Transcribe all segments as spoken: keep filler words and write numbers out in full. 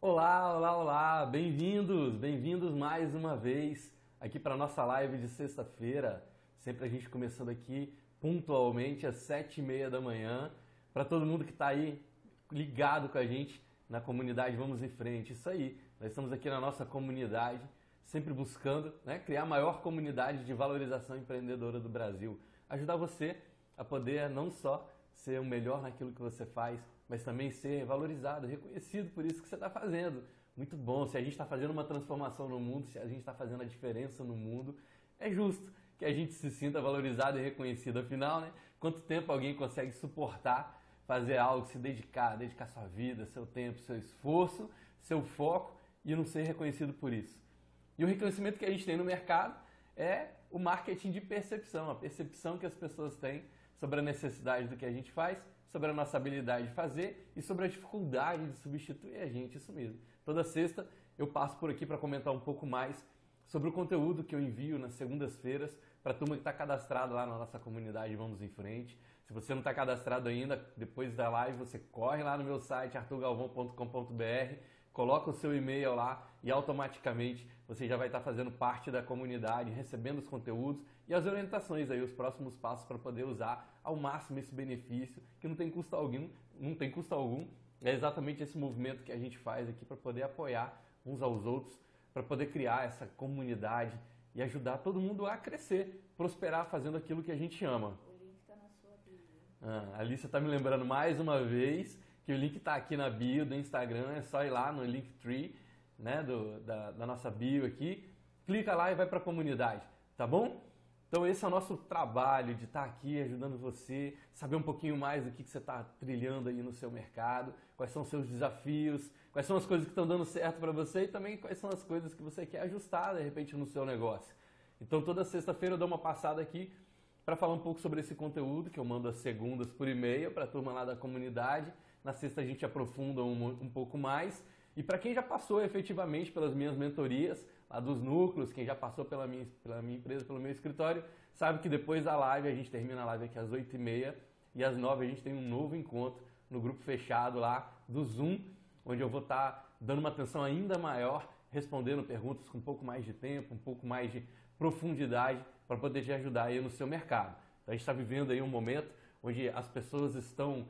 Olá, olá, olá, bem-vindos, bem-vindos mais uma vez aqui para a nossa live de sexta-feira. Sempre a gente começando aqui pontualmente às sete e meia da manhã. Para todo mundo que está aí ligado com a gente na comunidade Vamos em Frente. Isso aí, nós estamos aqui na nossa comunidade, sempre buscando, né, criar a maior comunidade de valorização empreendedora do Brasil. Ajudar você a poder não só ser o melhor naquilo que você faz, mas também ser valorizado, reconhecido por isso que você está fazendo. Muito bom, se a gente está fazendo uma transformação no mundo, se a gente está fazendo a diferença no mundo, é justo que a gente se sinta valorizado e reconhecido. Afinal, né, quanto tempo alguém consegue suportar fazer algo, se dedicar, dedicar sua vida, seu tempo, seu esforço, seu foco e não ser reconhecido por isso? E o reconhecimento que a gente tem no mercado é o marketing de percepção, a percepção que as pessoas têm sobre a necessidade do que a gente faz, sobre a nossa habilidade de fazer e sobre a dificuldade de substituir a gente, isso mesmo. Toda sexta eu passo por aqui para comentar um pouco mais sobre o conteúdo que eu envio nas segundas-feiras para a turma que está cadastrada lá na nossa comunidade Vamos em Frente. Se você não está cadastrado ainda, depois da live você corre lá no meu site artur galvão ponto com ponto br, coloca o seu e-mail lá e automaticamente você já vai estar fazendo parte da comunidade, recebendo os conteúdos e as orientações aí, os próximos passos para poder usar ao máximo esse benefício, que não tem custo algum, não tem custo algum. É exatamente esse movimento que a gente faz aqui para poder apoiar uns aos outros, para poder criar essa comunidade e ajudar todo mundo a crescer, prosperar fazendo aquilo que a gente ama. O link está na sua bio. Ah, a Alicia está me lembrando mais uma vez que o link está aqui na bio do Instagram, é só ir lá no Linktree, né, do, da, da nossa bio aqui, clica lá e vai para a comunidade, tá bom? Então esse é o nosso trabalho de estar aqui ajudando você, saber um pouquinho mais do que, que você está trilhando aí no seu mercado, quais são os seus desafios, quais são as coisas que estão dando certo para você e também quais são as coisas que você quer ajustar de repente no seu negócio. Então toda sexta-feira eu dou uma passada aqui para falar um pouco sobre esse conteúdo que eu mando às segundas por e-mail para a turma lá da comunidade. Na sexta a gente aprofunda um, um pouco mais. E para quem já passou efetivamente pelas minhas mentorias, lá dos núcleos, quem já passou pela minha, pela minha empresa, pelo meu escritório, sabe que depois da live, a gente termina a live aqui às oito e meia e às nove a gente tem um novo encontro no grupo fechado lá do Zoom, onde eu vou estar dando uma atenção ainda maior, respondendo perguntas com um pouco mais de tempo, um pouco mais de profundidade para poder te ajudar aí no seu mercado. Então a gente está vivendo aí um momento onde as pessoas estão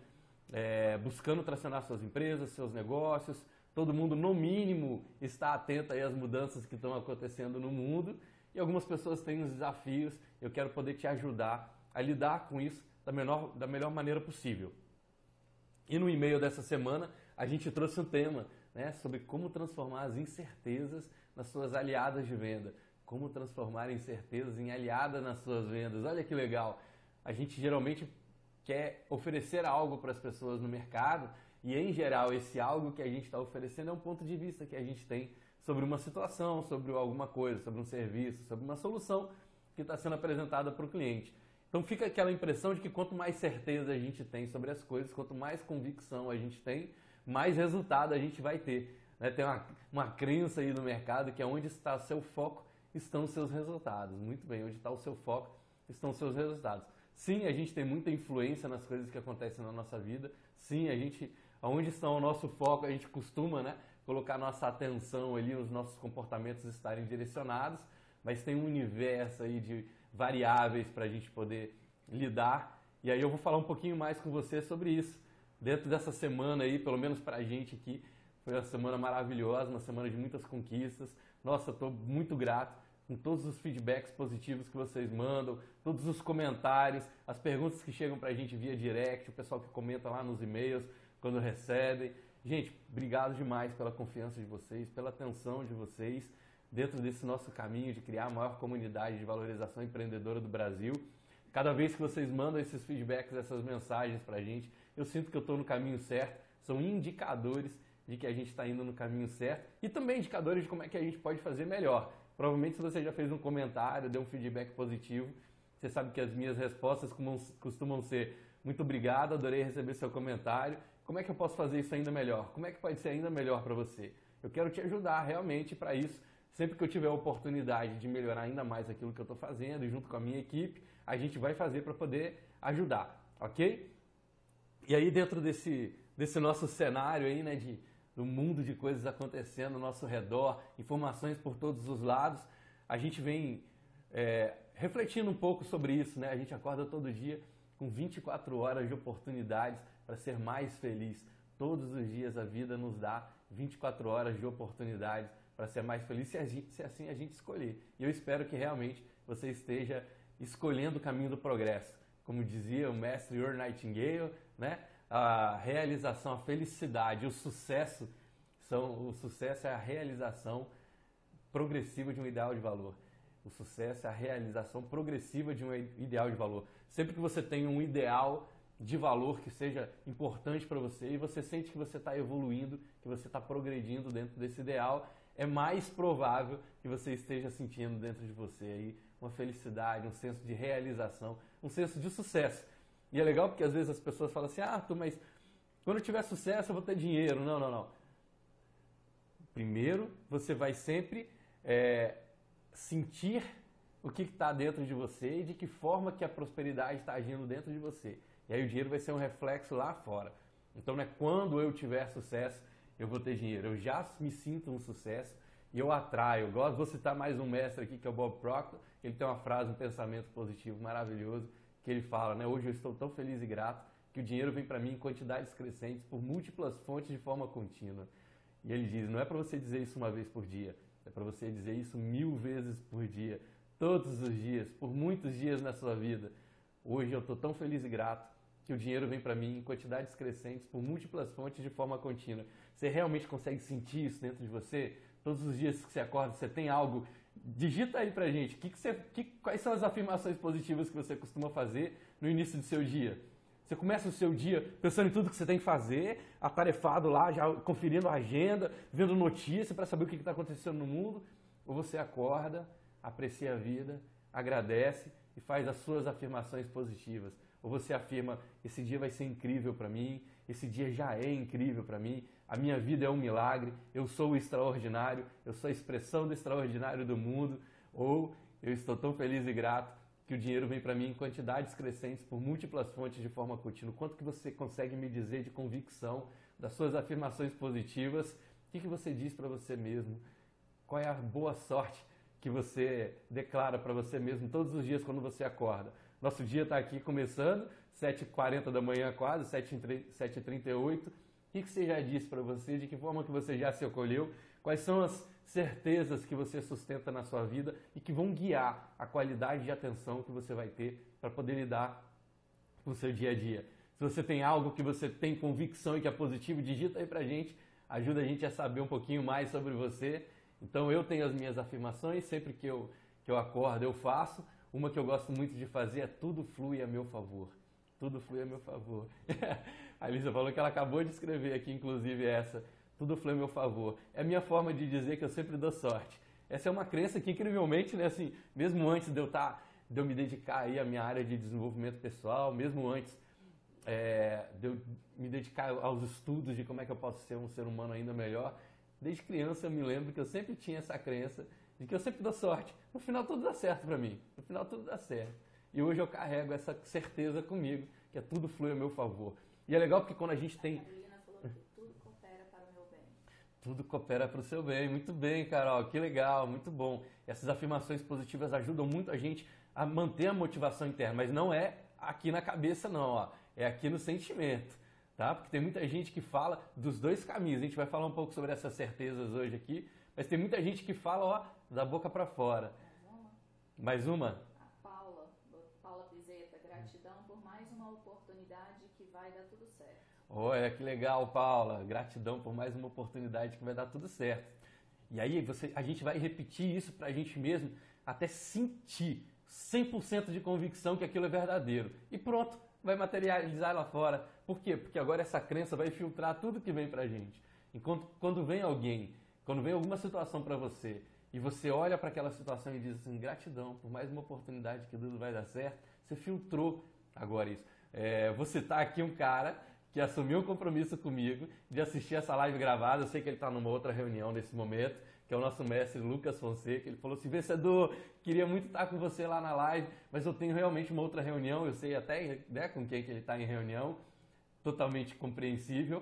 é, buscando tracionar suas empresas, seus negócios, todo mundo no mínimo está atento aí às mudanças que estão acontecendo no mundo e algumas pessoas têm uns desafios, eu quero poder te ajudar a lidar com isso da melhor, da melhor maneira possível. E no e-mail dessa semana a gente trouxe um tema, né, sobre como transformar as incertezas nas suas aliadas de venda. Como transformar incertezas em aliadas nas suas vendas. Olha que legal. A gente geralmente quer oferecer algo para as pessoas no mercado e, em geral, esse algo que a gente está oferecendo é um ponto de vista que a gente tem sobre uma situação, sobre alguma coisa, sobre um serviço, sobre uma solução que está sendo apresentada para o cliente. Então fica aquela impressão de que quanto mais certeza a gente tem sobre as coisas, quanto mais convicção a gente tem, mais resultado a gente vai ter. Né? Tem uma, uma crença aí no mercado que é onde está seu foco, estão os seus resultados. Muito bem, onde está o seu foco, estão os seus resultados. Sim, a gente tem muita influência nas coisas que acontecem na nossa vida. Sim, a gente, onde está o nosso foco, a gente costuma, né, colocar nossa atenção ali, os nossos comportamentos estarem direcionados, mas tem um universo aí de variáveis para a gente poder lidar. E aí eu vou falar um pouquinho mais com você sobre isso. Dentro dessa semana aí, pelo menos para a gente aqui, foi uma semana maravilhosa, uma semana de muitas conquistas. Nossa, estou muito grato com todos os feedbacks positivos que vocês mandam, todos os comentários, as perguntas que chegam para a gente via direct, o pessoal que comenta lá nos e-mails quando recebem. Gente, obrigado demais pela confiança de vocês, pela atenção de vocês dentro desse nosso caminho de criar a maior comunidade de valorização empreendedora do Brasil. Cada vez que vocês mandam esses feedbacks, essas mensagens para a gente, eu sinto que eu estou no caminho certo, são indicadores de que a gente está indo no caminho certo e também indicadores de como é que a gente pode fazer melhor. Provavelmente se você já fez um comentário, deu um feedback positivo, você sabe que as minhas respostas costumam ser muito obrigado, adorei receber seu comentário, como é que eu posso fazer isso ainda melhor? Como é que pode ser ainda melhor para você? Eu quero te ajudar realmente para isso. Sempre que eu tiver a oportunidade de melhorar ainda mais aquilo que eu estou fazendo e junto com a minha equipe, a gente vai fazer para poder ajudar, ok? E aí dentro desse, desse nosso cenário aí, né, de do mundo de coisas acontecendo ao nosso redor, informações por todos os lados, a gente vem é, refletindo um pouco sobre isso, né? A gente acorda todo dia com vinte e quatro horas de oportunidades para ser mais feliz. Todos os dias a vida nos dá vinte e quatro horas de oportunidades para ser mais feliz, se, a gente, se assim a gente escolher. E eu espero que realmente você esteja escolhendo o caminho do progresso. Como dizia o mestre Earl Nightingale, né? A realização, a felicidade, o sucesso, são, o sucesso é a realização progressiva de um ideal de valor. O sucesso é a realização progressiva de um ideal de valor. Sempre que você tem um ideal de valor que seja importante para você e você sente que você está evoluindo, que você está progredindo dentro desse ideal, é mais provável que você esteja sentindo dentro de você aí uma felicidade, um senso de realização, um senso de sucesso. E é legal porque às vezes as pessoas falam assim, ah, Arthur, mas quando eu tiver sucesso eu vou ter dinheiro. Não, não, não. Primeiro, você vai sempre é, sentir o que está dentro de você e de que forma que a prosperidade está agindo dentro de você. E aí o dinheiro vai ser um reflexo lá fora. Então não é quando eu tiver sucesso eu vou ter dinheiro. Eu já me sinto um sucesso e eu atraio. Eu gosto, vou citar mais um mestre aqui que é o Bob Proctor. Ele tem uma frase, um pensamento positivo maravilhoso que ele fala, né? Hoje eu estou tão feliz e grato que o dinheiro vem para mim em quantidades crescentes por múltiplas fontes de forma contínua. E ele diz, não é para você dizer isso uma vez por dia, é para você dizer isso mil vezes por dia, todos os dias, por muitos dias na sua vida. Hoje eu estou tão feliz e grato que o dinheiro vem para mim em quantidades crescentes por múltiplas fontes de forma contínua. Você realmente consegue sentir isso dentro de você? Todos os dias que você acorda, você tem algo? Digita aí pra gente, que que você, que, quais são as afirmações positivas que você costuma fazer no início do seu dia? Você começa o seu dia pensando em tudo que você tem que fazer, atarefado lá, já conferindo a agenda, vendo notícia para saber o que está acontecendo no mundo? Ou você acorda, aprecia a vida, agradece e faz as suas afirmações positivas? Ou você afirma, esse dia vai ser incrível para mim, esse dia já é incrível para mim, a minha vida é um milagre, eu sou o extraordinário, eu sou a expressão do extraordinário do mundo, ou eu estou tão feliz e grato que o dinheiro vem para mim em quantidades crescentes por múltiplas fontes de forma contínua. Quanto que você consegue me dizer de convicção das suas afirmações positivas? O que, que você diz para você mesmo? Qual é a boa sorte que você declara para você mesmo todos os dias quando você acorda? Nosso dia está aqui começando, sete e quarenta da manhã quase, sete e trinta e oito. O que, que você já disse para você? De que forma que você já se acolheu? Quais são as certezas que você sustenta na sua vida e que vão guiar a qualidade de atenção que você vai ter para poder lidar com o seu dia a dia? Se você tem algo que você tem convicção e que é positivo, digita aí pra gente, ajuda a gente a saber um pouquinho mais sobre você. Então eu tenho as minhas afirmações, sempre que eu, que eu acordo eu faço. Uma que eu gosto muito de fazer é tudo flui a meu favor. Tudo flui a meu favor. A Elisa falou que ela acabou de escrever aqui, inclusive, essa. Tudo flui a meu favor. É a minha forma de dizer que eu sempre dou sorte. Essa é uma crença que, incrivelmente, né, assim, mesmo antes de eu, tá, de eu me dedicar aí à minha área de desenvolvimento pessoal, mesmo antes é, de eu me dedicar aos estudos de como é que eu posso ser um ser humano ainda melhor, desde criança eu me lembro que eu sempre tinha essa crença de que eu sempre dou sorte. No final tudo dá certo para mim. No final tudo dá certo. E hoje eu carrego essa certeza comigo, que é tudo flui a meu favor. E é legal porque quando a gente tem... A Carolina falou que tudo coopera para o meu bem. Tudo coopera para o seu bem. Muito bem, Carol. Que legal, muito bom. Essas afirmações positivas ajudam muito a gente a manter a motivação interna, mas não é aqui na cabeça não, ó. É aqui no sentimento, tá? Porque tem muita gente que fala dos dois caminhos. A gente vai falar um pouco sobre essas certezas hoje aqui, mas tem muita gente que fala, ó, da boca para fora. Mais uma? A Paula, Paula Pizeta, gratidão por mais uma oportunidade que vai dar tudo certo. Olha, que legal, Paula. Gratidão por mais uma oportunidade que vai dar tudo certo. E aí você, a gente vai repetir isso pra gente mesmo até sentir cem por cento de convicção que aquilo é verdadeiro. E pronto, vai materializar lá fora. Por quê? Porque agora essa crença vai filtrar tudo que vem pra gente. Enquanto quando vem alguém, quando vem alguma situação pra você, e você olha para aquela situação e diz assim, gratidão por mais uma oportunidade que tudo vai dar certo, você filtrou agora isso. É, vou citar aqui um cara que assumiu um compromisso comigo de assistir essa live gravada. Eu sei que ele está numa outra reunião nesse momento, que é o nosso mestre Lucas Fonseca. Ele falou assim, vencedor, queria muito estar com você lá na live, mas eu tenho realmente uma outra reunião, eu sei até, né, com quem que ele está em reunião, totalmente compreensível.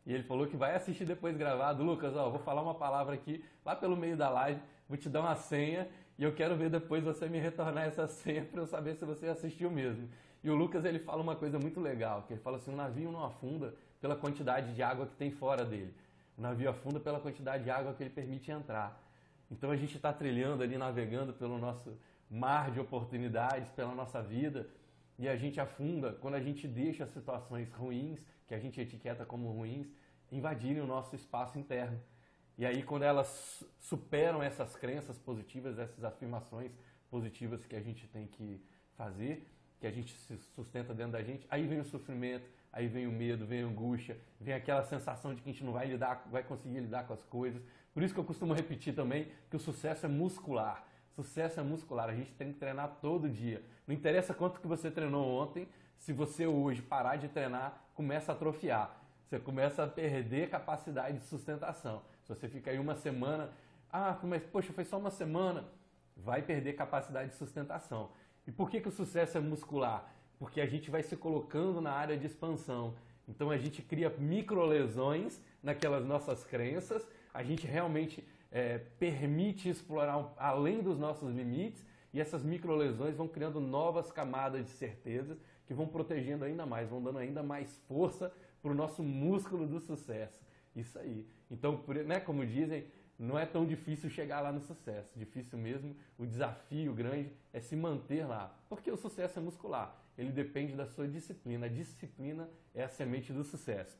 E ele falou que vai assistir depois gravado. Lucas, ó, vou falar uma palavra aqui, lá pelo meio da live, vou te dar uma senha e eu quero ver depois você me retornar essa senha para eu saber se você assistiu mesmo. E o Lucas, ele fala uma coisa muito legal, que ele fala assim, o navio não afunda pela quantidade de água que tem fora dele. O navio afunda pela quantidade de água que ele permite entrar. Então a gente está trilhando ali, navegando pelo nosso mar de oportunidades, pela nossa vida, e a gente afunda quando a gente deixa as situações ruins, que a gente etiqueta como ruins, invadirem o nosso espaço interno. E aí quando elas superam essas crenças positivas, essas afirmações positivas que a gente tem que fazer, que a gente se sustenta dentro da gente, aí vem o sofrimento, aí vem o medo, vem a angústia, vem aquela sensação de que a gente não vai lidar, vai conseguir lidar com as coisas. Por isso que eu costumo repetir também que o sucesso é muscular. Sucesso é muscular, a gente tem que treinar todo dia. Não interessa quanto que você treinou ontem, se você hoje parar de treinar, começa a atrofiar. Você começa a perder capacidade de sustentação. Se você fica aí uma semana, ah, mas poxa, foi só uma semana, vai perder capacidade de sustentação. E por que que o sucesso é muscular? Porque a gente vai se colocando na área de expansão. Então a gente cria microlesões naquelas nossas crenças, a gente realmente é, permite explorar um, além dos nossos limites e essas microlesões vão criando novas camadas de certeza que vão protegendo ainda mais, vão dando ainda mais força para o nosso músculo do sucesso. Isso aí. Então, por, né, como dizem, não é tão difícil chegar lá no sucesso. Difícil mesmo, o desafio grande é se manter lá. Porque o sucesso é muscular. Ele depende da sua disciplina. A disciplina é a semente do sucesso.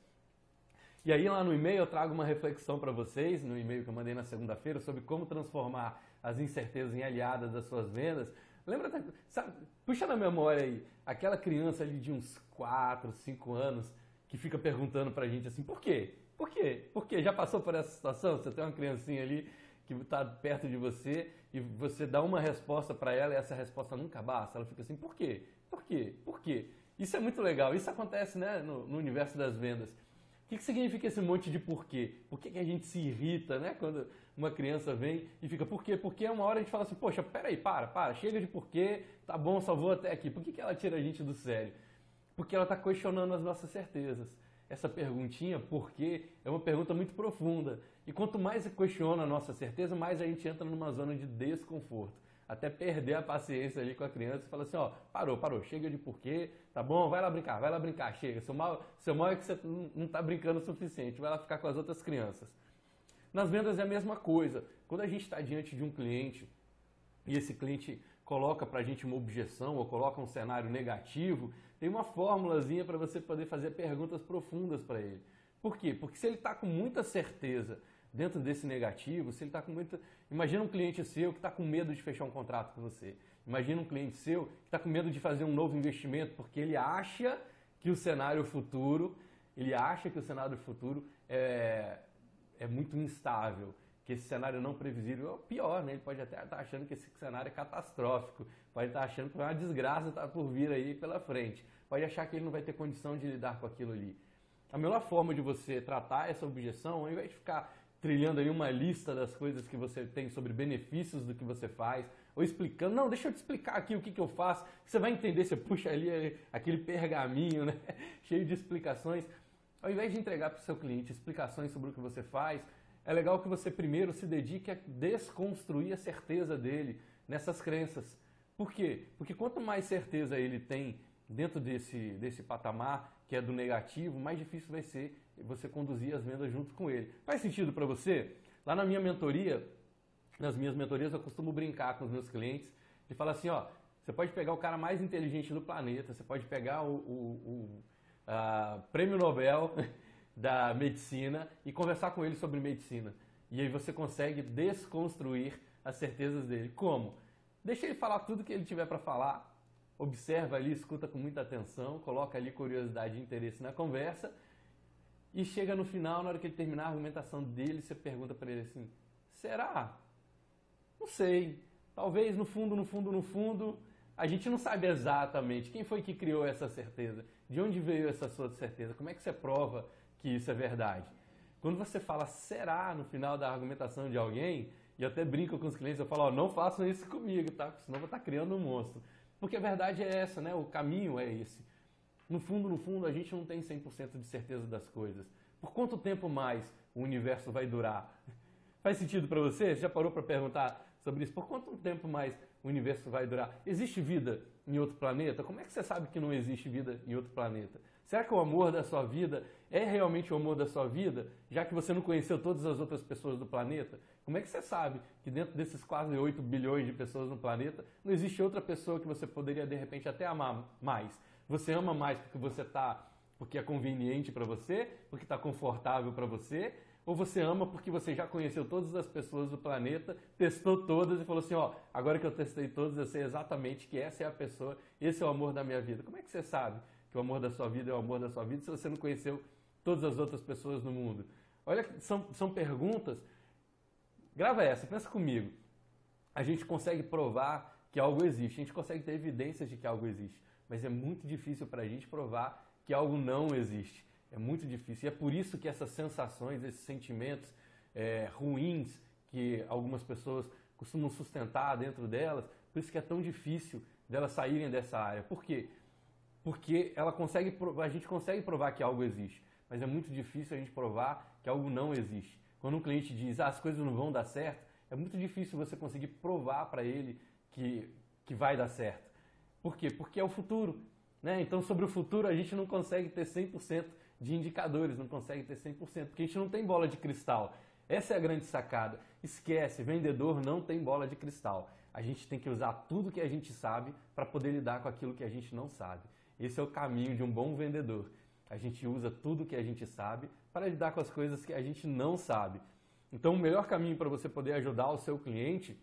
E aí lá no e-mail eu trago uma reflexão para vocês, no e-mail que eu mandei na segunda-feira, sobre como transformar as incertezas em aliadas das suas vendas. Lembra, sabe, puxa na memória aí, aquela criança ali de uns quatro, cinco anos que fica perguntando pra gente assim, por quê? Por quê? Por quê? Já passou por essa situação? Você tem uma criancinha ali que está perto de você e você dá uma resposta para ela e essa resposta nunca basta. Ela fica assim, por quê? Por quê? Por quê? Isso é muito legal. Isso acontece, né, no, no universo das vendas. O que, que significa esse monte de porquê? Por que, que a gente se irrita, né, quando uma criança vem e fica por quê? Porque é uma hora a gente fala assim, poxa, peraí, para, para, chega de porquê, tá bom, só vou até aqui. Por que, que ela tira a gente do sério? Porque ela está questionando as nossas certezas. Essa perguntinha, por quê, é uma pergunta muito profunda. E quanto mais você questiona a nossa certeza, mais a gente entra numa zona de desconforto. Até perder a paciência ali com a criança e falar assim, ó, parou, parou, chega de porquê, tá bom, vai lá brincar, vai lá brincar, chega. Seu mal, seu mal é que você não está brincando o suficiente, vai lá ficar com as outras crianças. Nas vendas é a mesma coisa. Quando a gente está diante de um cliente e esse cliente coloca para a gente uma objeção ou coloca um cenário negativo, tem uma formulazinha para você poder fazer perguntas profundas para ele. Por quê? Porque se ele está com muita certeza dentro desse negativo, se ele está com muita... Imagina um cliente seu que está com medo de fechar um contrato com você. Imagina um cliente seu que está com medo de fazer um novo investimento porque ele acha que o cenário futuro, ele acha que o cenário futuro é, é muito instável, que esse cenário não previsível é o pior, né? Ele pode até estar achando que esse cenário é catastrófico, pode estar achando que uma desgraça está por vir aí pela frente, pode achar que ele não vai ter condição de lidar com aquilo ali. A melhor forma de você tratar essa objeção, ao invés de ficar trilhando aí uma lista das coisas que você tem sobre benefícios do que você faz, ou explicando, não, deixa eu te explicar aqui o que, que eu faço, você vai entender, você puxa ali aquele pergaminho, né? Cheio de explicações. Ao invés de entregar para o seu cliente explicações sobre o que você faz, é legal que você primeiro se dedique a desconstruir a certeza dele nessas crenças. Por quê? Porque quanto mais certeza ele tem dentro desse, desse patamar, que é do negativo, mais difícil vai ser você conduzir as vendas junto com ele. Faz sentido para você? Lá na minha mentoria, nas minhas mentorias, eu costumo brincar com os meus clientes e falar assim, ó, você pode pegar o cara mais inteligente do planeta, você pode pegar o, o, o a, prêmio Nobel da medicina e conversar com ele sobre medicina. E aí você consegue desconstruir as certezas dele. Como? Deixa ele falar tudo que ele tiver para falar, observa ali, escuta com muita atenção, coloca ali curiosidade e interesse na conversa e chega no final, na hora que ele terminar a argumentação dele, você pergunta para ele assim, será? Não sei. Talvez no fundo, no fundo, no fundo, a gente não sabe exatamente quem foi que criou essa certeza, de onde veio essa sua certeza, como é que você prova que isso é verdade. Quando você fala será no final da argumentação de alguém, e eu até brinco com os clientes, eu falo, ó, não façam isso comigo, tá? Porque senão eu vou estar criando um monstro. Porque a verdade é essa, né? O caminho é esse. No fundo, no fundo, a gente não tem cem por cento de certeza das coisas. Por quanto tempo mais o universo vai durar? Faz sentido para você? Você já parou para perguntar sobre isso? Por quanto tempo mais o universo vai durar? Existe vida em outro planeta? Como é que você sabe que não existe vida em outro planeta? Será que o amor da sua vida é realmente o amor da sua vida, já que você não conheceu todas as outras pessoas do planeta? Como é que você sabe que dentro desses quase oito bilhões de pessoas no planeta, não existe outra pessoa que você poderia, de repente, até amar mais? Você ama mais porque você tá, porque é conveniente para você, porque está confortável para você, ou você ama porque você já conheceu todas as pessoas do planeta, testou todas e falou assim, ó, agora que eu testei todas, eu sei exatamente que essa é a pessoa, esse é o amor da minha vida. Como é que você sabe que o amor da sua vida é o amor da sua vida se você não conheceu todas as outras pessoas no mundo? Olha, são, são perguntas. Grava essa, pensa comigo. A gente consegue provar que algo existe, a gente consegue ter evidências de que algo existe, mas é muito difícil para a gente provar que algo não existe. É muito difícil. E é por isso que essas sensações, esses sentimentos é, ruins que algumas pessoas costumam sustentar dentro delas, por isso que é tão difícil delas saírem dessa área. Por quê? Porque ela consegue, a gente consegue provar que algo existe, mas é muito difícil a gente provar que algo não existe. Quando um cliente diz, ah, as coisas não vão dar certo, é muito difícil você conseguir provar para ele que, que vai dar certo. Por quê? Porque é o futuro. Né? Então, sobre o futuro, a gente não consegue ter cem por cento de indicadores, não consegue ter cem por cento, porque a gente não tem bola de cristal. Essa é a grande sacada. Esquece, vendedor não tem bola de cristal. A gente tem que usar tudo que a gente sabe para poder lidar com aquilo que a gente não sabe. Esse é o caminho de um bom vendedor. A gente usa tudo que a gente sabe para lidar com as coisas que a gente não sabe. Então, o melhor caminho para você poder ajudar o seu cliente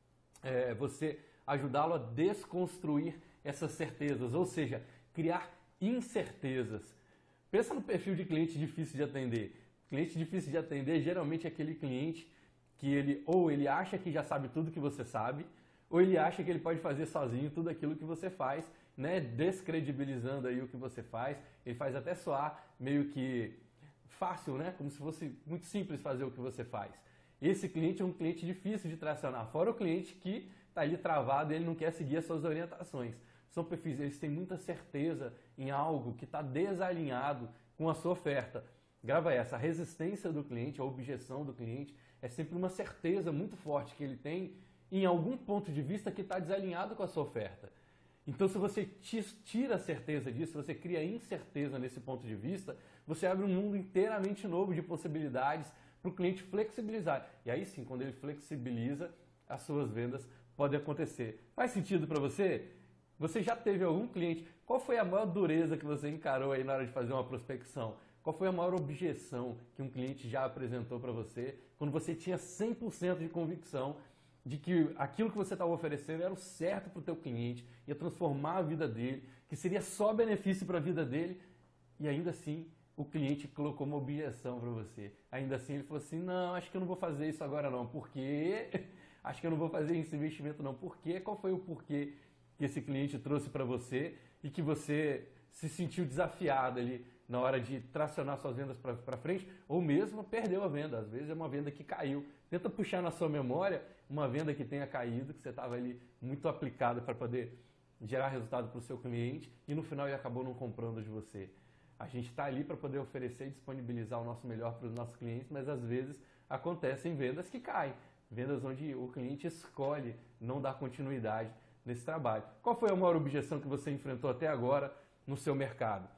é você ajudá-lo a desconstruir essas certezas, ou seja, criar incertezas. Pensa no perfil de cliente difícil de atender. Cliente difícil de atender geralmente é aquele cliente que ele ou ele acha que já sabe tudo que você sabe, ou ele acha que ele pode fazer sozinho tudo aquilo que você faz, né? Descredibilizando aí o que você faz. Ele faz até soar meio que fácil, né? Como se fosse muito simples fazer o que você faz. Esse cliente é um cliente difícil de tracionar, fora o cliente que está ali travado e ele não quer seguir as suas orientações. São perfis, eles têm muita certeza em algo que está desalinhado com a sua oferta. Grava essa, a resistência do cliente, a objeção do cliente, é sempre uma certeza muito forte que ele tem em algum ponto de vista que está desalinhado com a sua oferta. Então, se você tira a certeza disso, se você cria incerteza nesse ponto de vista, você abre um mundo inteiramente novo de possibilidades para o cliente flexibilizar. E aí sim, quando ele flexibiliza, as suas vendas podem acontecer. Faz sentido para você? Você já teve algum cliente? Qual foi a maior dureza que você encarou aí na hora de fazer uma prospecção? Qual foi a maior objeção que um cliente já apresentou para você quando você tinha cem por cento de convicção de que aquilo que você estava oferecendo era o certo para o teu cliente, ia transformar a vida dele, que seria só benefício para a vida dele, e ainda assim o cliente colocou uma objeção para você. Ainda assim ele falou assim, não, acho que eu não vou fazer isso agora não, por quê? Acho que eu não vou fazer esse investimento não, por quê? Qual foi o porquê que esse cliente trouxe para você e que você se sentiu desafiado ali na hora de tracionar suas vendas para frente, ou mesmo perdeu a venda. Às vezes é uma venda que caiu. Tenta puxar na sua memória uma venda que tenha caído, que você estava ali muito aplicado para poder gerar resultado para o seu cliente e no final ele acabou não comprando de você. A gente está ali para poder oferecer e disponibilizar o nosso melhor para os nossos clientes, mas às vezes acontecem vendas que caem, vendas onde o cliente escolhe não dar continuidade nesse trabalho. Qual foi a maior objeção que você enfrentou até agora no seu mercado?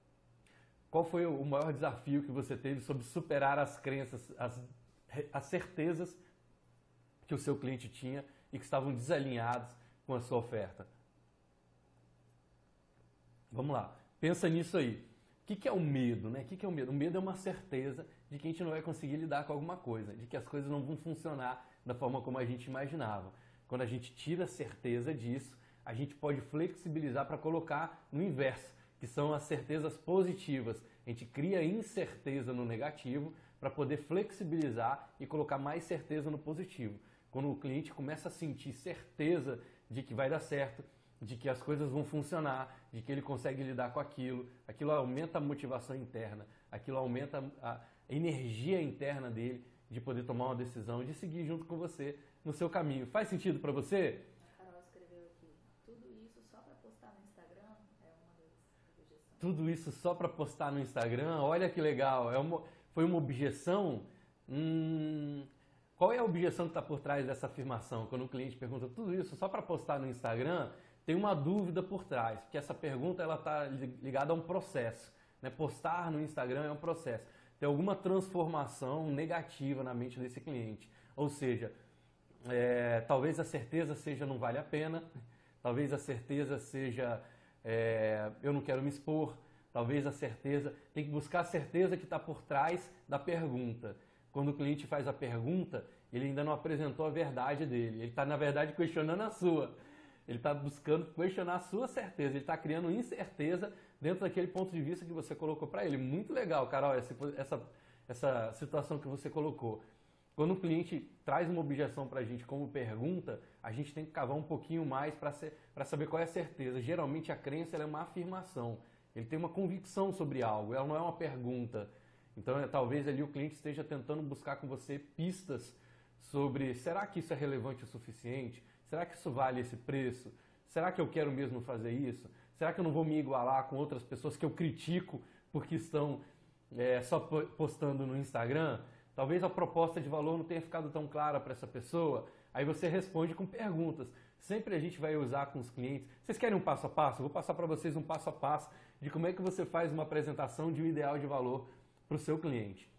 Qual foi o maior desafio que você teve sobre superar as crenças, as, as certezas que o seu cliente tinha e que estavam desalinhados com a sua oferta? Vamos lá, pensa nisso aí. O que, que é o medo, né? O que, que é o medo? O medo é uma certeza de que a gente não vai conseguir lidar com alguma coisa, de que as coisas não vão funcionar da forma como a gente imaginava. Quando a gente tira a certeza disso, a gente pode flexibilizar para colocar no inverso, que são as certezas positivas. A gente cria incerteza no negativo para poder flexibilizar e colocar mais certeza no positivo. Quando o cliente começa a sentir certeza de que vai dar certo, de que as coisas vão funcionar, de que ele consegue lidar com aquilo, aquilo aumenta a motivação interna, aquilo aumenta a energia interna dele de poder tomar uma decisão, de seguir junto com você no seu caminho. Faz sentido para você? A Carol escreveu aqui, tudo isso só para postar no Instagram é uma das objeções. Tudo isso só para postar no Instagram? Olha que legal. É uma... Foi uma objeção? Hum, qual é a objeção que está por trás dessa afirmação? Quando o cliente pergunta tudo isso só para postar no Instagram, tem uma dúvida por trás, porque essa pergunta está ligada a um processo. Né? Postar no Instagram é um processo. Tem alguma transformação negativa na mente desse cliente. Ou seja, é, talvez a certeza seja não vale a pena, talvez a certeza seja é, eu não quero me expor, talvez a certeza, tem que buscar a certeza que está por trás da pergunta. Quando o cliente faz a pergunta, ele ainda não apresentou a verdade dele, ele está na verdade questionando a sua. Ele está buscando questionar a sua certeza, ele está criando incerteza dentro daquele ponto de vista que você colocou para ele. Muito legal, Carol, essa, essa, essa situação que você colocou. Quando o cliente traz uma objeção para a gente como pergunta, a gente tem que cavar um pouquinho mais para saber qual é a certeza. Geralmente a crença ela é uma afirmação, ele tem uma convicção sobre algo, ela não é uma pergunta. Então é, talvez ali o cliente esteja tentando buscar com você pistas sobre será que isso é relevante o suficiente? Será que isso vale esse preço? Será que eu quero mesmo fazer isso? Será que eu não vou me igualar com outras pessoas que eu critico porque estão é, só postando no Instagram? Talvez a proposta de valor não tenha ficado tão clara para essa pessoa. Aí você responde com perguntas. Sempre a gente vai usar com os clientes. Vocês querem um passo a passo? Eu vou passar para vocês um passo a passo de como é que você faz uma apresentação de um ideal de valor para o seu cliente.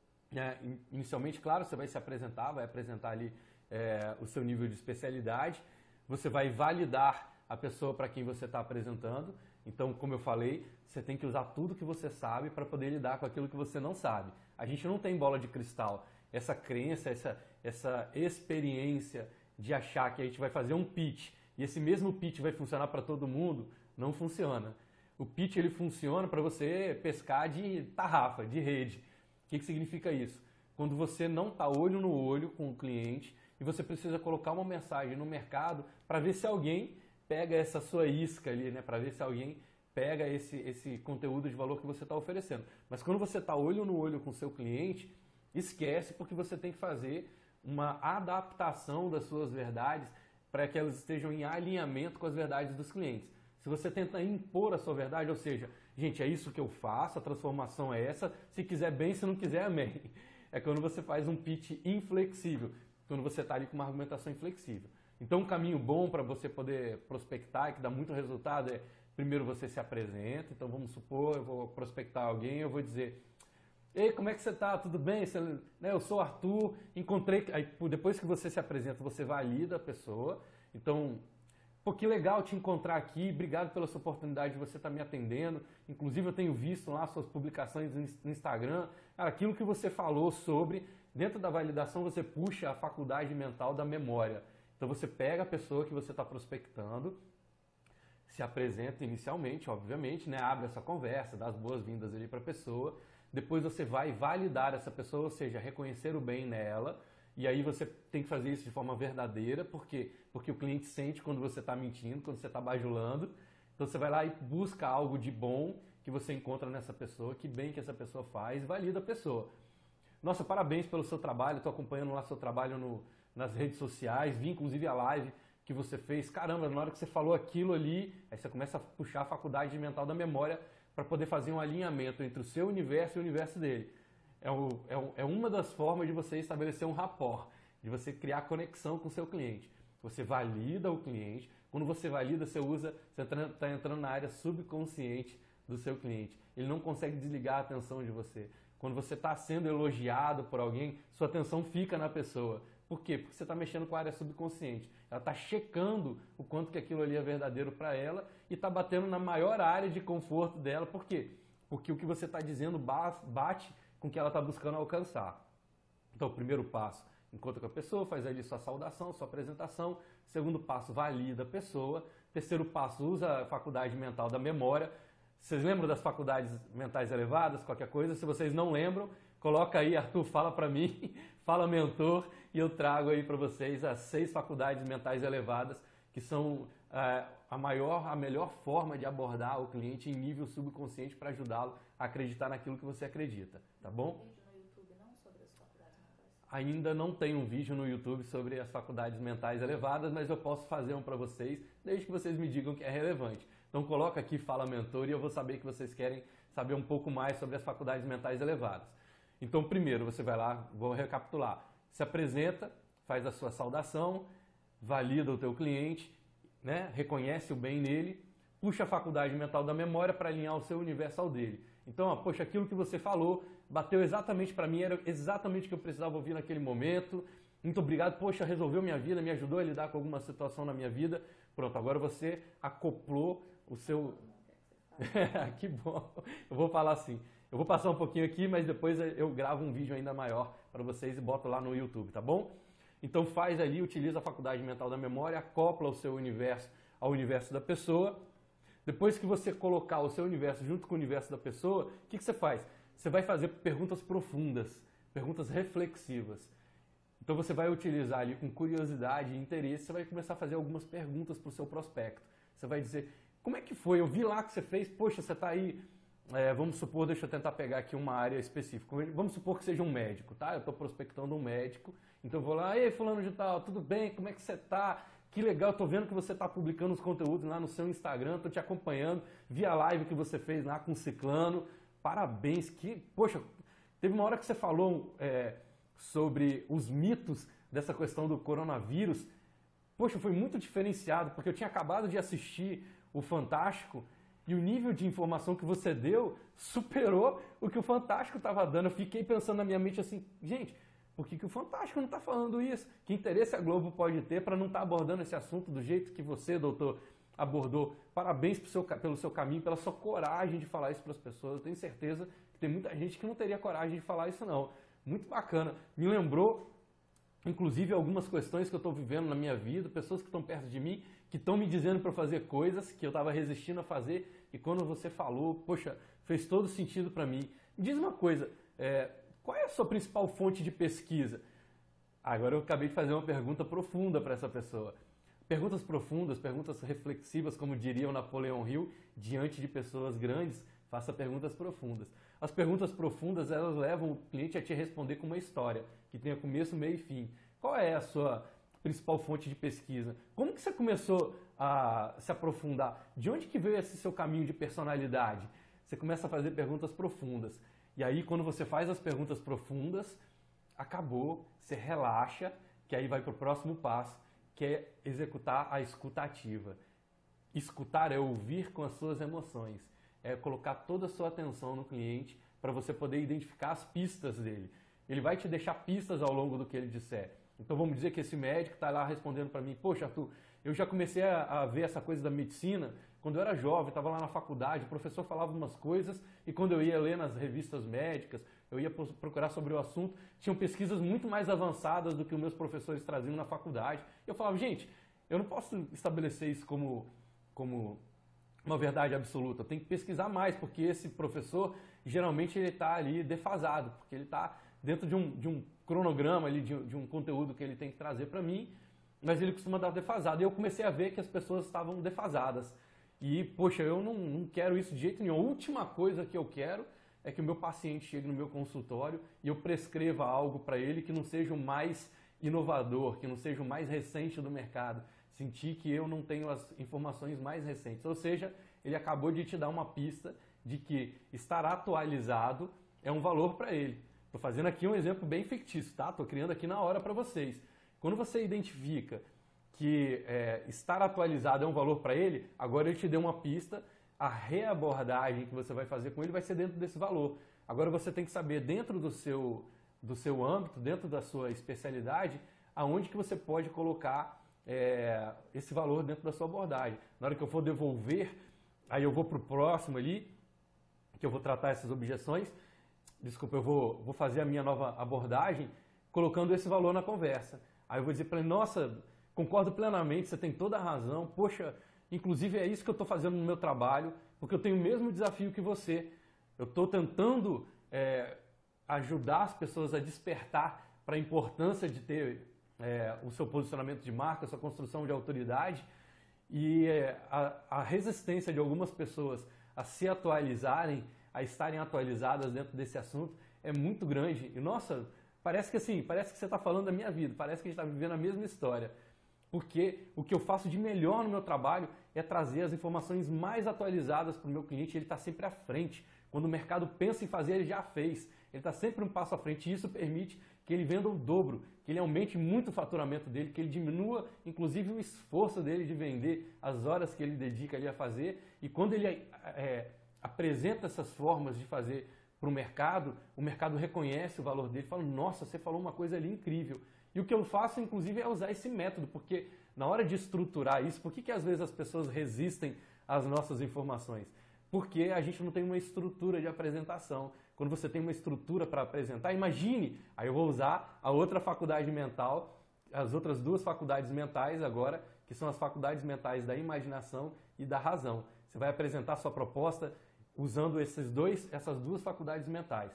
É, inicialmente, claro, você vai se apresentar, vai apresentar ali é, o seu nível de especialidade. Você vai validar a pessoa para quem você está apresentando. Então, como eu falei, você tem que usar tudo que você sabe para poder lidar com aquilo que você não sabe. A gente não tem bola de cristal. Essa crença, essa, essa experiência de achar que a gente vai fazer um pitch e esse mesmo pitch vai funcionar para todo mundo, não funciona. O pitch ele funciona para você pescar de tarrafa, de rede. O que, que significa isso? Quando você não está olho no olho com o cliente e você precisa colocar uma mensagem no mercado para ver se alguém pega essa sua isca ali, né? Para ver se alguém pega esse, esse conteúdo de valor que você está oferecendo. Mas quando você está olho no olho com o seu cliente, esquece, porque você tem que fazer uma adaptação das suas verdades para que elas estejam em alinhamento com as verdades dos clientes. Se você tenta impor a sua verdade, ou seja, gente, é isso que eu faço, a transformação é essa, se quiser bem, se não quiser, amém. É quando você faz um pitch inflexível, quando você está ali com uma argumentação inflexível. Então, um caminho bom para você poder prospectar e que dá muito resultado é, primeiro você se apresenta. Então, vamos supor, eu vou prospectar alguém, eu vou dizer: ei, como é que você está? Tudo bem? Você, né, eu sou o Arthur, encontrei... Aí, depois que você se apresenta, você valida a pessoa. Então, pô, que legal te encontrar aqui, obrigado pela sua oportunidade de você estar me atendendo. Inclusive, eu tenho visto lá suas publicações no Instagram. Cara, aquilo que você falou sobre, dentro da validação, você puxa a faculdade mental da memória. Então, você pega a pessoa que você está prospectando, se apresenta inicialmente, obviamente, né, abre essa conversa, dá as boas-vindas ali para a pessoa. Depois você vai validar essa pessoa, ou seja, reconhecer o bem nela. E aí você tem que fazer isso de forma verdadeira, porque, porque o cliente sente quando você está mentindo, quando você está bajulando. Então você vai lá e busca algo de bom que você encontra nessa pessoa, que bem que essa pessoa faz, e valida a pessoa. Nossa, parabéns pelo seu trabalho, estou acompanhando lá seu trabalho no, nas redes sociais, vi inclusive a live que você fez. Caramba, na hora que você falou aquilo ali, aí você começa a puxar a faculdade mental da memória para poder fazer um alinhamento entre o seu universo e o universo dele. É, o, é, o, é uma das formas de você estabelecer um rapport, de você criar conexão com o seu cliente. Você valida o cliente. Quando você valida, você usa, você está entrando na área subconsciente do seu cliente. Ele não consegue desligar a atenção de você. Quando você está sendo elogiado por alguém, sua atenção fica na pessoa. Por quê? Porque você está mexendo com a área subconsciente. Ela está checando o quanto que aquilo ali é verdadeiro para ela e está batendo na maior área de conforto dela. Por quê? Porque o que você está dizendo bate com o que ela está buscando alcançar. Então, o primeiro passo, encontra com a pessoa, faz ali sua saudação, sua apresentação. Segundo passo, valida a pessoa. Terceiro passo, usa a faculdade mental da memória. Vocês lembram das faculdades mentais elevadas? Qualquer coisa, se vocês não lembram, coloca aí, Arthur, fala para mim, fala mentor, e eu trago aí para vocês as seis faculdades mentais elevadas, que são é, a maior, a melhor forma de abordar o cliente em nível subconsciente para ajudá-lo a acreditar naquilo que você acredita, tá bom? Ainda não tem um vídeo no YouTube sobre as faculdades mentais elevadas, mas eu posso fazer um para vocês, desde que vocês me digam que é relevante. Então coloca aqui, fala mentor, e eu vou saber que vocês querem saber um pouco mais sobre as faculdades mentais elevadas. Então, primeiro, você vai lá, vou recapitular, se apresenta, faz a sua saudação, valida o teu cliente, né? Reconhece o bem nele, puxa a faculdade mental da memória para alinhar o seu universo ao dele. Então, ó, poxa, aquilo que você falou bateu exatamente para mim, era exatamente o que eu precisava ouvir naquele momento. Muito obrigado, poxa, resolveu minha vida, me ajudou a lidar com alguma situação na minha vida. Pronto, agora você acoplou o seu... Que bom, eu vou falar assim. Eu vou passar um pouquinho aqui, mas depois eu gravo um vídeo ainda maior para vocês e boto lá no YouTube, tá bom? Então faz ali, utiliza a faculdade mental da memória, acopla o seu universo ao universo da pessoa. Depois que você colocar o seu universo junto com o universo da pessoa, o que, que você faz? Você vai fazer perguntas profundas, perguntas reflexivas. Então você vai utilizar ali com curiosidade e interesse, você vai começar a fazer algumas perguntas para o seu prospecto. Você vai dizer, como é que foi? Eu vi lá que você fez, poxa, você está aí... É, vamos supor, deixa eu tentar pegar aqui uma área específica. Vamos supor que seja um médico, tá? Eu estou prospectando um médico, então eu vou lá, ei, fulano de tal, tudo bem? Como é que você está? Que legal, estou vendo que você está publicando os conteúdos lá no seu Instagram, estou te acompanhando, vi a live que você fez lá com o Ciclano, parabéns, que, poxa, teve uma hora que você falou é, sobre os mitos dessa questão do coronavírus, poxa, foi muito diferenciado, porque eu tinha acabado de assistir o Fantástico, e o nível de informação que você deu superou o que o Fantástico estava dando. Eu fiquei pensando na minha mente assim, gente, por que, que o Fantástico não está falando isso? Que interesse a Globo pode ter para não estar tá abordando esse assunto do jeito que você, doutor, abordou? Parabéns pro seu, pelo seu caminho, pela sua coragem de falar isso para as pessoas. Eu tenho certeza que tem muita gente que não teria coragem de falar isso não. Muito bacana. Me lembrou, inclusive, algumas questões que eu estou vivendo na minha vida, pessoas que estão perto de mim, que estão me dizendo para fazer coisas que eu estava resistindo a fazer, e quando você falou, poxa, fez todo sentido para mim. Me diz uma coisa, é, qual é a sua principal fonte de pesquisa? Agora eu acabei de fazer uma pergunta profunda para essa pessoa. Perguntas profundas, perguntas reflexivas, como diria o Napoleão Hill, diante de pessoas grandes, faça perguntas profundas. As perguntas profundas, elas levam o cliente a te responder com uma história, que tenha começo, meio e fim. Qual é a sua principal fonte de pesquisa? Como que você começou a se aprofundar? De onde que veio esse seu caminho de personalidade? Você começa a fazer perguntas profundas. E aí, quando você faz as perguntas profundas, acabou, você relaxa, que aí vai para o próximo passo, que é executar a escuta ativa. Escutar é ouvir com as suas emoções, é colocar toda a sua atenção no cliente para você poder identificar as pistas dele. Ele vai te deixar pistas ao longo do que ele disser. Então vamos dizer que esse médico está lá respondendo para mim, poxa, Arthur, eu já comecei a, a ver essa coisa da medicina quando eu era jovem, estava lá na faculdade, o professor falava umas coisas e quando eu ia ler nas revistas médicas, eu ia procurar sobre o assunto, tinham pesquisas muito mais avançadas do que os meus professores traziam na faculdade. Eu falava, gente, eu não posso estabelecer isso como, como uma verdade absoluta, eu tenho que pesquisar mais, porque esse professor, geralmente, ele está ali defasado, porque ele está dentro de um, de um cronograma, ali, de, de um conteúdo que ele tem que trazer para mim, mas ele costuma dar defasado. E eu comecei a ver que as pessoas estavam defasadas. E, poxa, eu não, não quero isso de jeito nenhum. A última coisa que eu quero é que o meu paciente chegue no meu consultório e eu prescreva algo para ele que não seja o mais inovador, que não seja o mais recente do mercado. Sentir que eu não tenho as informações mais recentes. Ou seja, ele acabou de te dar uma pista de que estar atualizado é um valor para ele. Estou fazendo aqui um exemplo bem fictício, tá? Estou criando aqui na hora para vocês. Quando você identifica que é, estar atualizado é um valor para ele, agora ele te deu uma pista, a reabordagem que você vai fazer com ele vai ser dentro desse valor. Agora você tem que saber, dentro do seu, do seu âmbito, dentro da sua especialidade, aonde que você pode colocar é, esse valor dentro da sua abordagem. Na hora que eu for devolver, aí eu vou para o próximo ali, que eu vou tratar essas objeções. Desculpa, eu vou, vou fazer a minha nova abordagem colocando esse valor na conversa. Aí eu vou dizer para ele, nossa, concordo plenamente, você tem toda a razão, poxa, inclusive é isso que eu estou fazendo no meu trabalho, porque eu tenho o mesmo desafio que você. Eu estou tentando é, ajudar as pessoas a despertar para a importância de ter é, o seu posicionamento de marca, a sua construção de autoridade, e é, a, a resistência de algumas pessoas a se atualizarem, a estarem atualizadas dentro desse assunto é muito grande. E nossa, parece que assim, parece que você está falando da minha vida, parece que a gente está vivendo a mesma história. Porque o que eu faço de melhor no meu trabalho é trazer as informações mais atualizadas para o meu cliente, ele está sempre à frente. Quando o mercado pensa em fazer, ele já fez. ele está sempre um passo à frente e isso permite que ele venda o dobro, que ele aumente muito o faturamento dele, que ele diminua inclusive o esforço dele de vender, as horas que ele dedica ali a fazer, e quando ele é, apresenta essas formas de fazer para o mercado, o mercado reconhece o valor dele, fala, nossa, você falou uma coisa ali incrível. E o que eu faço, inclusive, é usar esse método, porque na hora de estruturar isso, por que, que às vezes as pessoas resistem às nossas informações? Porque a gente não tem uma estrutura de apresentação. Quando você tem uma estrutura para apresentar, imagine, aí eu vou usar a outra faculdade mental, as outras duas faculdades mentais agora, que são as faculdades mentais da imaginação e da razão. Você vai apresentar sua proposta usando esses dois, essas duas faculdades mentais.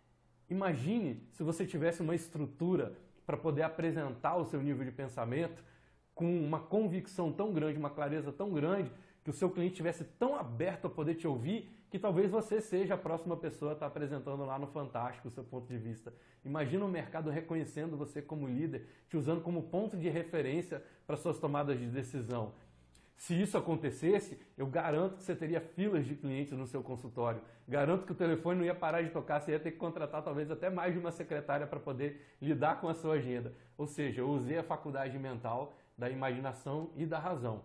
Imagine se você tivesse uma estrutura para poder apresentar o seu nível de pensamento com uma convicção tão grande, uma clareza tão grande, que o seu cliente estivesse tão aberto a poder te ouvir, que talvez você seja a próxima pessoa a estar apresentando lá no Fantástico o seu ponto de vista. Imagina o mercado reconhecendo você como líder, te usando como ponto de referência para suas tomadas de decisão. Se isso acontecesse, eu garanto que você teria filas de clientes no seu consultório. Garanto que o telefone não ia parar de tocar, você ia ter que contratar talvez até mais de uma secretária para poder lidar com a sua agenda. Ou seja, eu usei a faculdade mental da imaginação e da razão.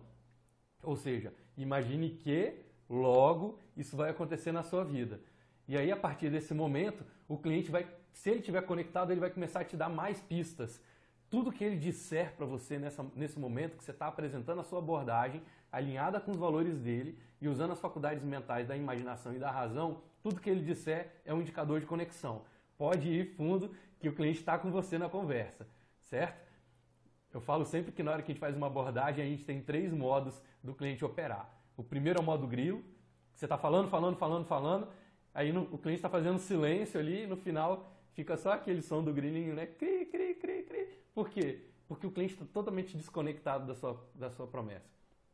Ou seja, imagine que logo isso vai acontecer na sua vida. E aí, a partir desse momento, o cliente vai, se ele estiver conectado, ele vai começar a te dar mais pistas. Tudo que ele disser para você nessa, nesse momento, que você está apresentando a sua abordagem, alinhada com os valores dele e usando as faculdades mentais da imaginação e da razão, tudo que ele disser é um indicador de conexão. Pode ir fundo que o cliente está com você na conversa, certo? Eu falo sempre que na hora que a gente faz uma abordagem, a gente tem três modos do cliente operar. O primeiro é o modo grilo, você está falando, falando, falando, falando, aí no, o cliente está fazendo silêncio ali e no final fica só aquele som do grilinho, né? Cri, cri, cri, cri. Por quê? Porque o cliente está totalmente desconectado da sua, da sua promessa,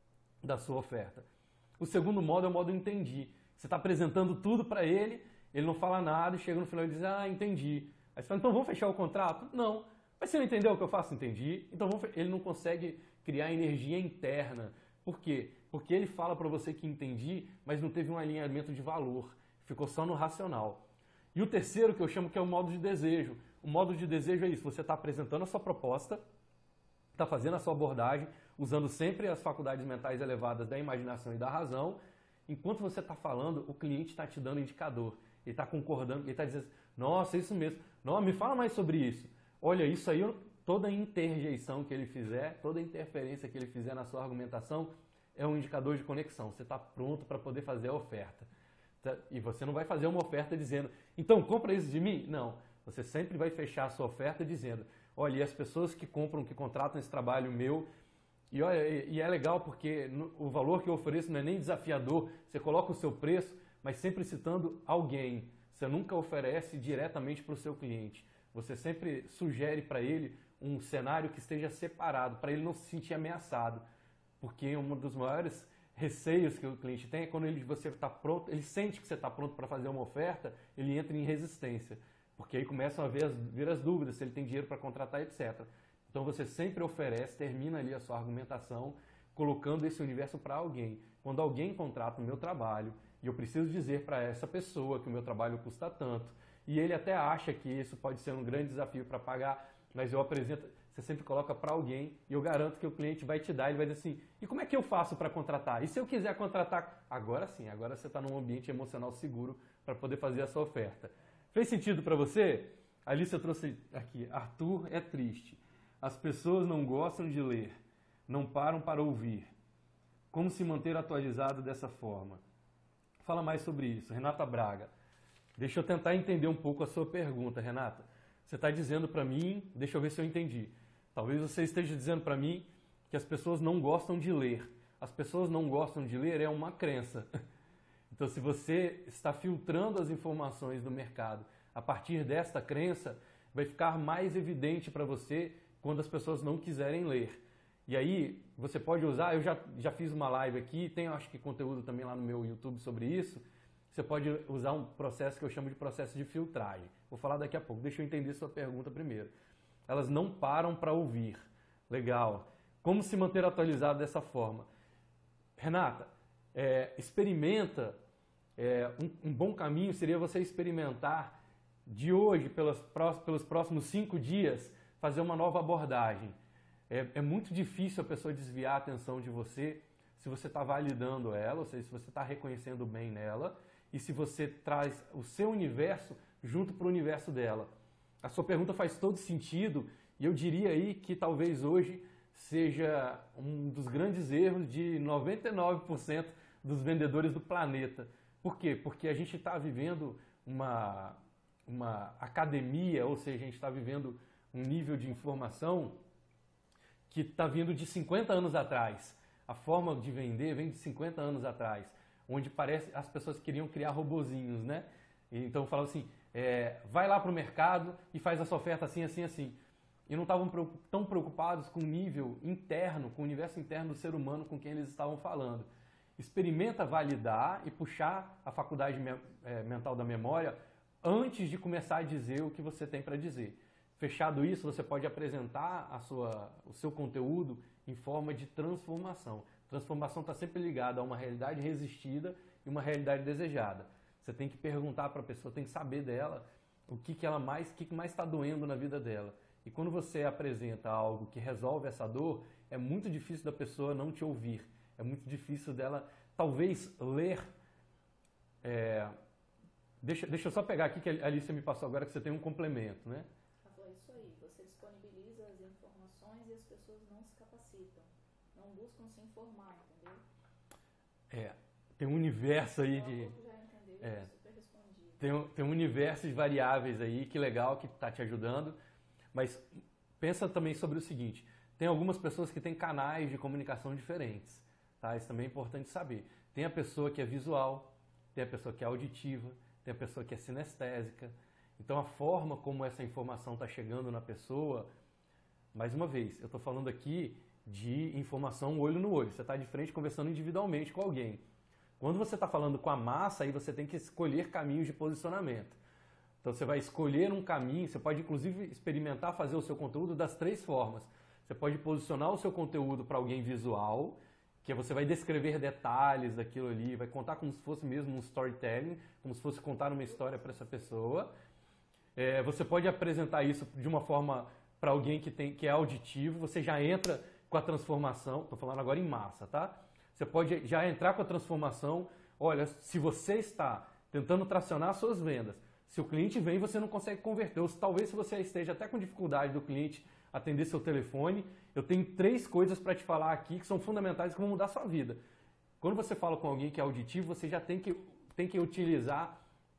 da sua oferta. O segundo modo é o modo entendi. Você está apresentando tudo para ele, ele não fala nada e chega no final e diz, ah, entendi. Aí você fala, então vamos fechar o contrato? Não. Mas você não entendeu o que eu faço? Entendi. Então vamos fe... ele não consegue criar energia interna. Por quê? Porque ele fala para você que entendi, mas não teve um alinhamento de valor. Ficou só no racional. E o terceiro, que eu chamo que é o modo de desejo. O modo de desejo é isso, você está apresentando a sua proposta, está fazendo a sua abordagem, usando sempre as faculdades mentais elevadas da imaginação e da razão. Enquanto você está falando, o cliente está te dando indicador. Ele está concordando, ele está dizendo, nossa, é isso mesmo. Não, me fala mais sobre isso. Olha, isso aí, toda interjeição que ele fizer, toda interferência que ele fizer na sua argumentação é um indicador de conexão. Você está pronto para poder fazer a oferta. E você não vai fazer uma oferta dizendo, então compra isso de mim? Não. Você sempre vai fechar a sua oferta dizendo, olha, e as pessoas que compram, que contratam esse trabalho meu, e, olha, e é legal porque no, o valor que eu ofereço não é nem desafiador, você coloca o seu preço, mas sempre citando alguém. Você nunca oferece diretamente para o seu cliente. Você sempre sugere para ele um cenário que esteja separado, para ele não se sentir ameaçado. Porque um dos maiores receios que o cliente tem é quando ele, você está pronto, ele sente que você está pronto para fazer uma oferta, ele entra em resistência. Porque aí começam a vir as, vir as dúvidas, se ele tem dinheiro para contratar, etcétera. Então você sempre oferece, termina ali a sua argumentação, colocando esse universo para alguém. Quando alguém contrata o meu trabalho, e eu preciso dizer para essa pessoa que o meu trabalho custa tanto, e ele até acha que isso pode ser um grande desafio para pagar, mas eu apresento, você sempre coloca para alguém, e eu garanto que o cliente vai te dar, ele vai dizer assim, e como é que eu faço para contratar? E se eu quiser contratar? Agora sim, agora você está num ambiente emocional seguro para poder fazer essa oferta. Fez sentido para você? Alice, eu trouxe aqui. Arthur é triste. As pessoas não gostam de ler. Não param para ouvir. Como se manter atualizado dessa forma? Fala mais sobre isso. Renata Braga. Deixa eu tentar entender um pouco a sua pergunta, Renata. Você está dizendo para mim, deixa eu ver se eu entendi. Talvez você esteja dizendo para mim que as pessoas não gostam de ler. As pessoas não gostam de ler é uma crença. Então, se você está filtrando as informações do mercado a partir desta crença, vai ficar mais evidente para você quando as pessoas não quiserem ler. E aí, você pode usar, eu já, já fiz uma live aqui, tem acho que conteúdo também lá no meu YouTube sobre isso, você pode usar um processo que eu chamo de processo de filtragem. Vou falar daqui a pouco, deixa eu entender sua pergunta primeiro. Elas não param para ouvir. Legal. Como se manter atualizado dessa forma? Renata, é, experimenta... É, um, um bom caminho seria você experimentar de hoje, pelos próximos, pelos próximos cinco dias, fazer uma nova abordagem. É, é muito difícil a pessoa desviar a atenção de você se você está validando ela, ou seja, se você está reconhecendo o bem nela e se você traz o seu universo junto para o universo dela. A sua pergunta faz todo sentido e eu diria aí que talvez hoje seja um dos grandes erros de noventa e nove por cento dos vendedores do planeta. Por quê? Porque a gente está vivendo uma, uma academia, ou seja, a gente está vivendo um nível de informação que está vindo de cinquenta anos atrás. A forma de vender vem de cinquenta anos atrás, onde parece as pessoas queriam criar robozinhos, né? Então falavam assim, é, vai lá para o mercado e faz essa oferta assim, assim, assim. E não estavam tão preocupados com o nível interno, com o universo interno do ser humano com quem eles estavam falando. Experimenta validar e puxar a faculdade mental da memória antes de começar a dizer o que você tem para dizer. Fechado isso, você pode apresentar a sua, o seu conteúdo em forma de transformação. Transformação está sempre ligada a uma realidade resistida e uma realidade desejada. Você tem que perguntar para a pessoa, tem que saber dela o que, que ela mais, o que, que mais está doendo na vida dela. E quando você apresenta algo que resolve essa dor, é muito difícil da pessoa não te ouvir. É muito difícil dela, talvez, ler. É, deixa, deixa eu só pegar aqui que a Alicia me passou agora que você tem um complemento, né? Ela falou isso aí, você disponibiliza as informações e as pessoas não se capacitam, não buscam se informar, entendeu? É, tem um universo aí então, de... já entendeu, é, super respondido. Tem um, tem um universo de variáveis aí, que legal, que está te ajudando. Mas pensa também sobre o seguinte, tem algumas pessoas que têm canais de comunicação diferentes, tá? Isso também é importante saber. Tem a pessoa que é visual, tem a pessoa que é auditiva, tem a pessoa que é sinestésica. Então a forma como essa informação está chegando na pessoa, mais uma vez, eu estou falando aqui de informação olho no olho, você está de frente conversando individualmente com alguém. Quando você está falando com a massa, aí você tem que escolher caminhos de posicionamento. Então você vai escolher um caminho, você pode inclusive experimentar fazer o seu conteúdo das três formas. Você pode posicionar o seu conteúdo para alguém visual, que você vai descrever detalhes daquilo ali, vai contar como se fosse mesmo um storytelling, como se fosse contar uma história para essa pessoa. É, você pode apresentar isso de uma forma para alguém que, tem, que é auditivo, você já entra com a transformação, estou falando agora em massa, tá? Você pode já entrar com a transformação, olha, se você está tentando tracionar as suas vendas, se o cliente vem e você não consegue converter, ou talvez se você esteja até com dificuldade do cliente atender seu telefone, eu tenho três coisas para te falar aqui que são fundamentais que vão mudar a sua vida. Quando você fala com alguém que é auditivo, você já tem que, tem que utilizar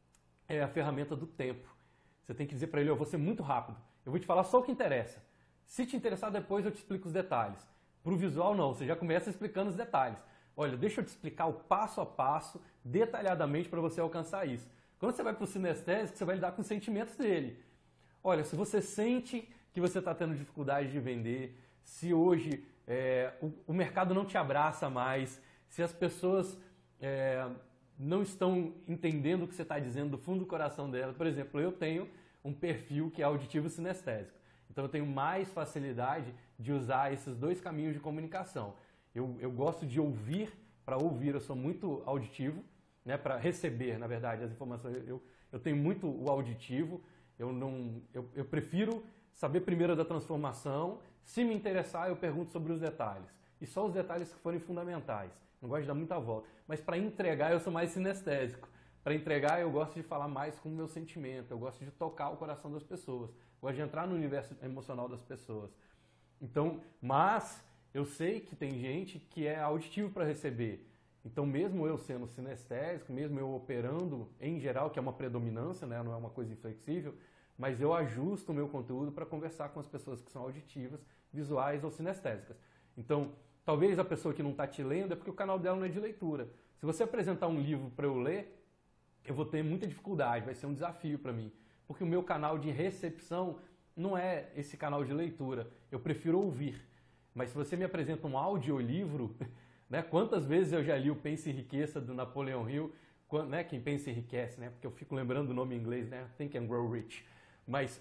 é, a ferramenta do tempo. Você tem que dizer para ele, eu vou ser muito rápido, eu vou te falar só o que interessa. Se te interessar depois, eu te explico os detalhes. Para o visual, não, você já começa explicando os detalhes. Olha, deixa eu te explicar o passo a passo, detalhadamente, para você alcançar isso. Quando você vai para o sinestésico, você vai lidar com os sentimentos dele. Olha, se você sente que você está tendo dificuldade de vender, se hoje é, o, o mercado não te abraça mais, se as pessoas é, não estão entendendo o que você está dizendo do fundo do coração dela. Por exemplo, eu tenho um perfil que é auditivo sinestésico. Então eu tenho mais facilidade de usar esses dois caminhos de comunicação. Eu, eu gosto de ouvir, para ouvir eu sou muito auditivo, né, para receber, na verdade, as informações. Eu, eu tenho muito o auditivo, eu, não, eu, eu prefiro saber primeiro da transformação, se me interessar eu pergunto sobre os detalhes. E só os detalhes que forem fundamentais. Não gosto de dar muita volta. Mas para entregar eu sou mais sinestésico. Para entregar eu gosto de falar mais com o meu sentimento, eu gosto de tocar o coração das pessoas, gosto de entrar no universo emocional das pessoas. Então, mas eu sei que tem gente que é auditivo para receber. Então, mesmo eu sendo sinestésico, mesmo eu operando em geral, que é uma predominância, né, não é uma coisa inflexível, mas eu ajusto o meu conteúdo para conversar com as pessoas que são auditivas, visuais ou sinestésicas. Então, talvez a pessoa que não está te lendo é porque o canal dela não é de leitura. Se você apresentar um livro para eu ler, eu vou ter muita dificuldade, vai ser um desafio para mim. Porque o meu canal de recepção não é esse canal de leitura, eu prefiro ouvir. Mas se você me apresenta um audiolivro, né, quantas vezes eu já li o Pense e Enriqueça do Napoleão Hill, quando, né, quem pensa enriquece, né, porque eu fico lembrando o nome em inglês, né, Think and Grow Rich. Mas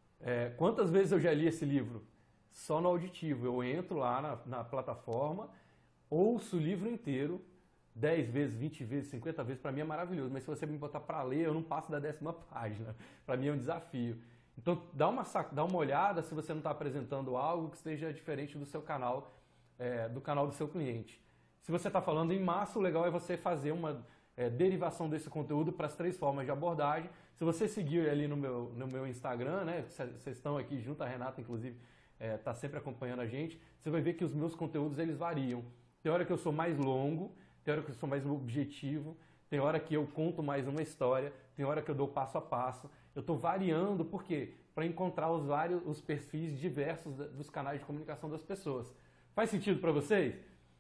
é, quantas vezes eu já li esse livro? Só no auditivo, eu entro lá na, na plataforma, ouço o livro inteiro, dez vezes, vinte vezes, cinquenta vezes, para mim é maravilhoso. Mas se você me botar para ler, eu não passo da décima página. Para mim é um desafio. Então dá uma, dá uma olhada se você não está apresentando algo que esteja diferente do seu canal, é, do canal do seu cliente. Se você está falando em massa, o legal é você fazer uma é, derivação desse conteúdo para as três formas de abordagem. Se você seguir ali no meu, no meu Instagram, né, vocês estão aqui junto, a Renata inclusive está é, sempre acompanhando a gente, você vai ver que os meus conteúdos eles variam. Tem hora que eu sou mais longo, tem hora que eu sou mais objetivo, tem hora que eu conto mais uma história, tem hora que eu dou passo a passo. Eu estou variando, por quê? Para encontrar os vários os perfis diversos dos canais de comunicação das pessoas. Faz sentido para vocês?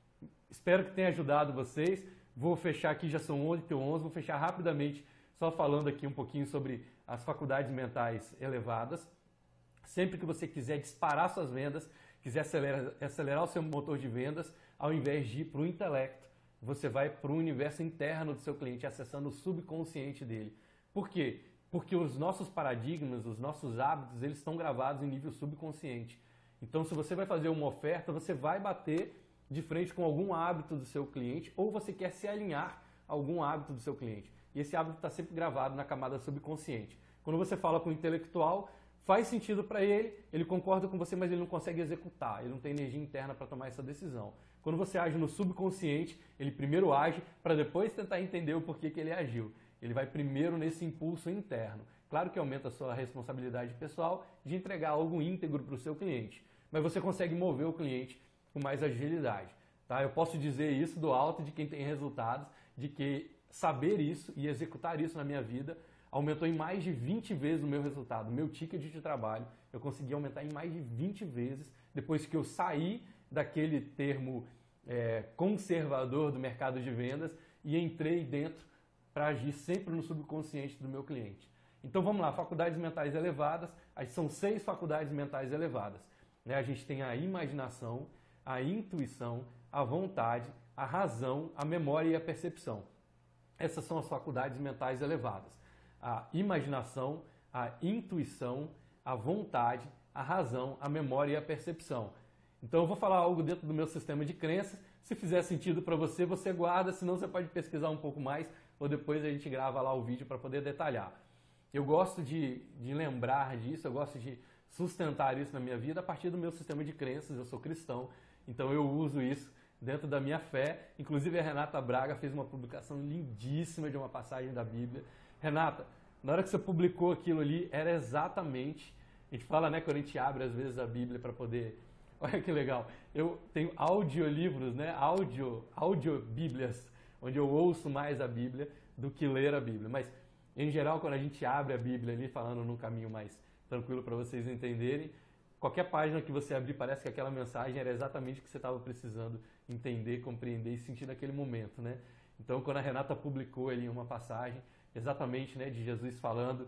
Espero que tenha ajudado vocês. Vou fechar aqui, já são onze e onze, vou fechar rapidamente, só falando aqui um pouquinho sobre as faculdades mentais elevadas. Sempre que você quiser disparar suas vendas, quiser acelerar, acelerar o seu motor de vendas, ao invés de ir para o intelecto, você vai para o universo interno do seu cliente, acessando o subconsciente dele. Por quê? Porque os nossos paradigmas, os nossos hábitos, eles estão gravados em nível subconsciente. Então, se você vai fazer uma oferta, você vai bater de frente com algum hábito do seu cliente ou você quer se alinhar a algum hábito do seu cliente. E esse hábito está sempre gravado na camada subconsciente. Quando você fala com o intelectual, faz sentido para ele, ele concorda com você, mas ele não consegue executar, ele não tem energia interna para tomar essa decisão. Quando você age no subconsciente, ele primeiro age para depois tentar entender o porquê que ele agiu. Ele vai primeiro nesse impulso interno. Claro que aumenta a sua responsabilidade pessoal de entregar algo íntegro para o seu cliente, mas você consegue mover o cliente com mais agilidade. Tá? Eu posso dizer isso do alto de quem tem resultados, de que saber isso e executar isso na minha vida aumentou em mais de vinte vezes o meu resultado. O meu ticket de trabalho eu consegui aumentar em mais de vinte vezes depois que eu saí daquele termo é, conservador do mercado de vendas e entrei dentro para agir sempre no subconsciente do meu cliente. Então vamos lá, faculdades mentais elevadas, são seis faculdades mentais elevadas. Né? A gente tem a imaginação, a intuição, a vontade, a razão, a memória e a percepção. Essas são as faculdades mentais elevadas. A imaginação, a intuição, a vontade, a razão, a memória e a percepção. Então eu vou falar algo dentro do meu sistema de crenças. Se fizer sentido para você, você guarda, senão você pode pesquisar um pouco mais ou depois a gente grava lá o vídeo para poder detalhar. Eu gosto de, de lembrar disso, eu gosto de sustentar isso na minha vida a partir do meu sistema de crenças. Eu sou cristão, então eu uso isso dentro da minha fé. Inclusive a Renata Braga fez uma publicação lindíssima de uma passagem da Bíblia. Renata, na hora que você publicou aquilo ali, era exatamente... A gente fala, né, quando a gente abre às vezes a Bíblia para poder... Olha que legal, eu tenho audiolivros, né, audio, audiobíblias, onde eu ouço mais a Bíblia do que ler a Bíblia. Mas, em geral, quando a gente abre a Bíblia ali, falando num caminho mais tranquilo para vocês entenderem, qualquer página que você abrir, parece que aquela mensagem era exatamente o que você estava precisando entender, compreender e sentir naquele momento, né? Então, quando a Renata publicou ali uma passagem, exatamente, né, de Jesus falando,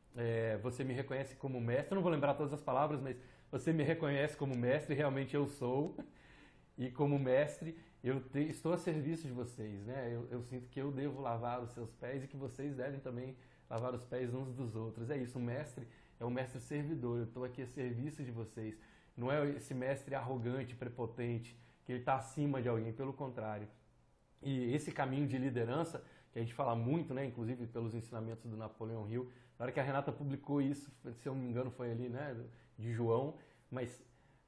é, você me reconhece como mestre, eu não vou lembrar todas as palavras, mas você me reconhece como mestre, realmente eu sou, e como mestre eu te, estou a serviço de vocês, né? Eu, eu sinto que eu devo lavar os seus pés e que vocês devem também lavar os pés uns dos outros. É isso, o mestre é um mestre servidor, eu estou aqui a serviço de vocês. Não é esse mestre arrogante, prepotente, que ele está acima de alguém, pelo contrário. E esse caminho de liderança, que a gente fala muito, né, inclusive pelos ensinamentos do Napoleão Hill, na hora que a Renata publicou isso, se eu não me engano foi ali, né, de João, mas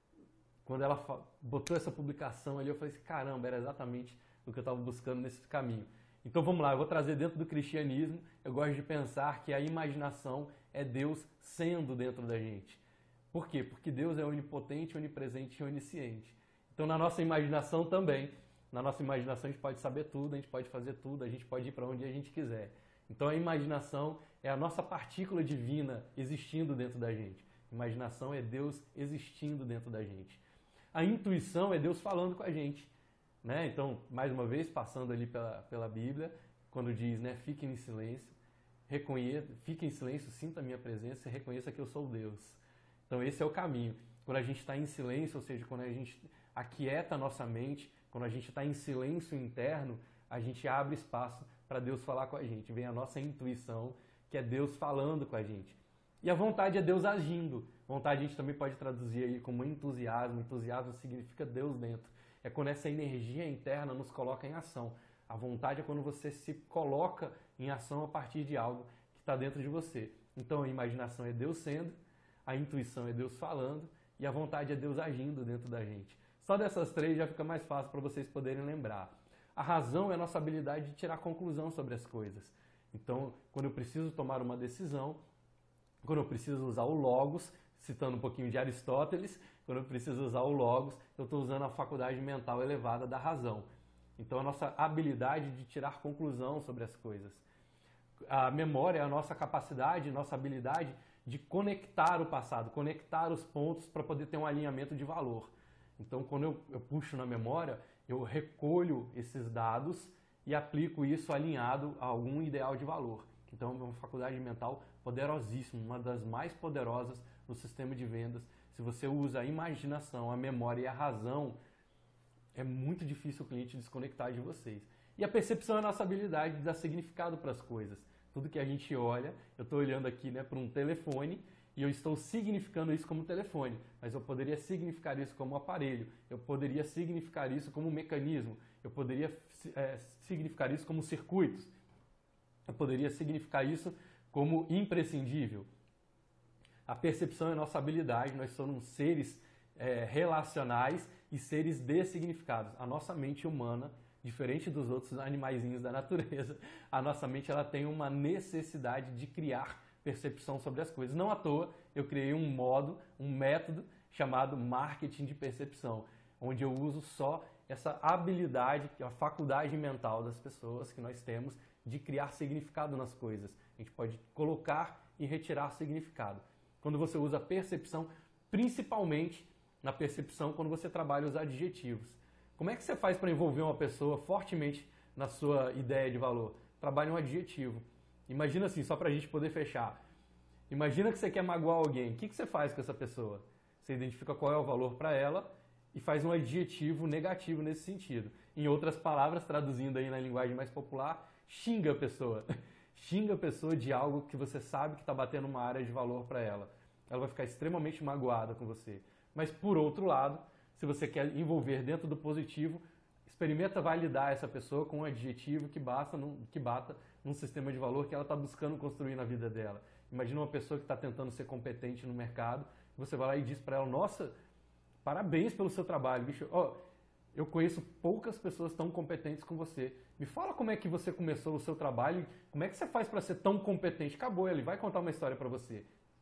quando ela botou essa publicação ali, eu falei assim, caramba, era exatamente o que eu estava buscando nesse caminho. Então vamos lá, eu vou trazer dentro do cristianismo, eu gosto de pensar que a imaginação é Deus sendo dentro da gente. Por quê? Porque Deus é onipotente, onipresente e onisciente. Então na nossa imaginação também, na nossa imaginação a gente pode saber tudo, a gente pode fazer tudo, a gente pode ir para onde a gente quiser. Então a imaginação é a nossa partícula divina existindo dentro da gente. Imaginação é Deus existindo dentro da gente. A intuição é Deus falando com a gente. Né? Então, mais uma vez, passando ali pela, pela Bíblia, quando diz, né, fiquem em silêncio, reconheça, fiquem em silêncio, sinta a minha presença e reconheça que eu sou Deus. Então esse é o caminho. Quando a gente está em silêncio, ou seja, quando a gente aquieta a nossa mente, quando a gente está em silêncio interno, a gente abre espaço para Deus falar com a gente. Vem a nossa intuição, que é Deus falando com a gente. E a vontade é Deus agindo. Vontade a gente também pode traduzir aí como entusiasmo. Entusiasmo significa Deus dentro. É quando essa energia interna nos coloca em ação. A vontade é quando você se coloca em ação a partir de algo que está dentro de você. Então a imaginação é Deus sendo, a intuição é Deus falando e a vontade é Deus agindo dentro da gente. Só dessas três já fica mais fácil para vocês poderem lembrar. A razão é a nossa habilidade de tirar conclusão sobre as coisas. Então, quando eu preciso tomar uma decisão, quando eu preciso usar o logos, citando um pouquinho de Aristóteles, quando eu preciso usar o logos, eu estou usando a faculdade mental elevada da razão. Então, a nossa habilidade de tirar conclusão sobre as coisas. A memória é a nossa capacidade, nossa habilidade de conectar o passado, conectar os pontos para poder ter um alinhamento de valor. Então, quando eu, eu puxo na memória, eu recolho esses dados e aplico isso alinhado a algum ideal de valor. Então, é uma faculdade mental poderosíssima, uma das mais poderosas no sistema de vendas. Se você usa a imaginação, a memória e a razão, é muito difícil o cliente desconectar de vocês. E a percepção é a nossa habilidade de dar significado para as coisas. Tudo que a gente olha, eu estou olhando aqui, né, para um telefone e eu estou significando isso como telefone, mas eu poderia significar isso como aparelho, eu poderia significar isso como mecanismo, eu poderia é, significar isso como circuitos, eu poderia significar isso como imprescindível. A percepção é a nossa habilidade, nós somos seres é, relacionais e seres dessignificados. A nossa mente humana, diferente dos outros animaizinhos da natureza, a nossa mente ela tem uma necessidade de criar percepção sobre as coisas. Não à toa, eu criei um modo, um método chamado marketing de percepção, onde eu uso só essa habilidade, a faculdade mental das pessoas que nós temos de criar significado nas coisas. A gente pode colocar e retirar significado. Quando você usa percepção, principalmente na percepção quando você trabalha os adjetivos. Como é que você faz para envolver uma pessoa fortemente na sua ideia de valor? Trabalhe um adjetivo. Imagina assim, só para a gente poder fechar. Imagina que você quer magoar alguém. O que, que você faz com essa pessoa? Você identifica qual é o valor para ela e faz um adjetivo negativo nesse sentido. Em outras palavras, traduzindo aí na linguagem mais popular, xinga a pessoa. Xinga a pessoa de algo que você sabe que está batendo uma área de valor para ela. Ela vai ficar extremamente magoada com você. Mas, por outro lado, se você quer envolver dentro do positivo, experimenta validar essa pessoa com um adjetivo que, basta num, que bata num sistema de valor que ela está buscando construir na vida dela. Imagina uma pessoa que está tentando ser competente no mercado, você vai lá e diz para ela, nossa, parabéns pelo seu trabalho, bicho. Oh, eu conheço poucas pessoas tão competentes como você. Me fala como é que você começou o seu trabalho, como é que você faz para ser tão competente. Acabou, ele vai contar uma história para você.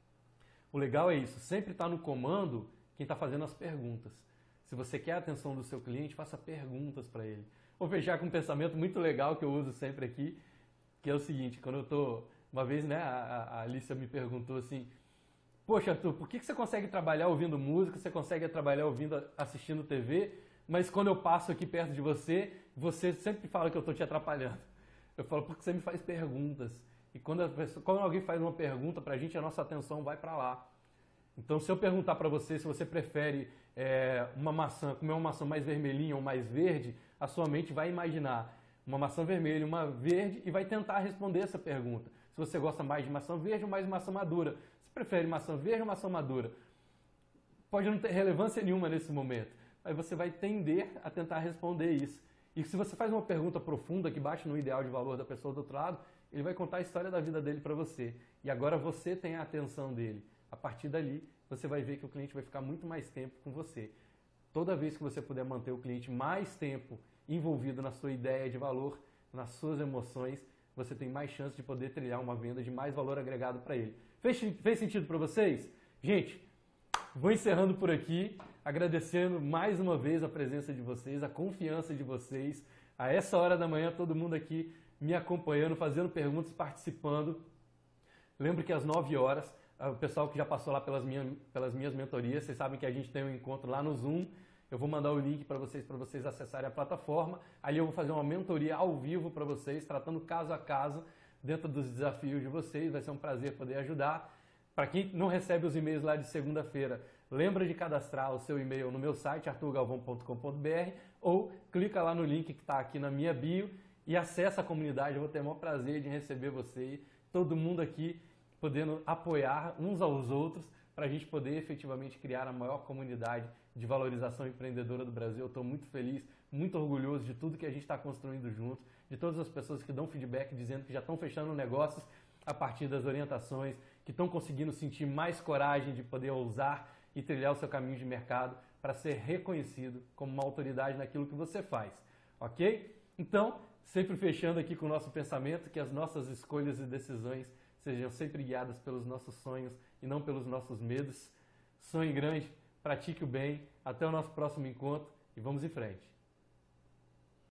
O legal é isso, sempre está no comando quem está fazendo as perguntas. Se você quer a atenção do seu cliente, faça perguntas para ele. Vou fechar com um pensamento muito legal que eu uso sempre aqui, que é o seguinte, quando eu estou... Uma vez, né, a, a Alicia me perguntou assim, poxa, Arthur, por que você consegue trabalhar ouvindo música, você consegue trabalhar ouvindo, assistindo T V, mas quando eu passo aqui perto de você, você sempre fala que eu estou te atrapalhando. Eu falo, porque você me faz perguntas. E quando, a pessoa, quando alguém faz uma pergunta para a gente, a nossa atenção vai para lá. Então, se eu perguntar para você se você prefere é, uma maçã, comer uma maçã mais vermelhinha ou mais verde, a sua mente vai imaginar uma maçã vermelha, uma verde e vai tentar responder essa pergunta. Se você gosta mais de maçã verde ou mais de maçã madura. Você prefere maçã verde ou maçã madura? Pode não ter relevância nenhuma nesse momento, mas você vai tender a tentar responder isso. E se você faz uma pergunta profunda que bate no ideal de valor da pessoa do outro lado, ele vai contar a história da vida dele para você. E agora você tem a atenção dele. A partir dali, você vai ver que o cliente vai ficar muito mais tempo com você. Toda vez que você puder manter o cliente mais tempo envolvido na sua ideia de valor, nas suas emoções, você tem mais chance de poder trilhar uma venda de mais valor agregado para ele. Fez, fez sentido para vocês? Gente, vou encerrando por aqui, agradecendo mais uma vez a presença de vocês, a confiança de vocês. A essa hora da manhã, todo mundo aqui me acompanhando, fazendo perguntas, participando. Lembre que às nove horas, o pessoal que já passou lá pelas minhas, pelas minhas mentorias, vocês sabem que a gente tem um encontro lá no Zoom. Eu vou mandar o link para vocês, para vocês acessarem a plataforma. Ali eu vou fazer uma mentoria ao vivo para vocês, tratando caso a caso, dentro dos desafios de vocês. Vai ser um prazer poder ajudar. Para quem não recebe os e-mails lá de segunda-feira, lembra de cadastrar o seu e-mail no meu site, arthur galvão ponto com ponto b r, ou clica lá no link que está aqui na minha bio e acessa a comunidade. Eu vou ter o maior prazer de receber você, todo mundo aqui, podendo apoiar uns aos outros para a gente poder efetivamente criar a maior comunidade de valorização empreendedora do Brasil. Eu estou muito feliz, muito orgulhoso de tudo que a gente está construindo junto, de todas as pessoas que dão feedback dizendo que já estão fechando negócios a partir das orientações, que estão conseguindo sentir mais coragem de poder ousar e trilhar o seu caminho de mercado para ser reconhecido como uma autoridade naquilo que você faz, ok? Então, sempre fechando aqui com o nosso pensamento, que as nossas escolhas e decisões sejam sempre guiadas pelos nossos sonhos e não pelos nossos medos. Sonhe grande, pratique o bem, até o nosso próximo encontro e vamos em frente.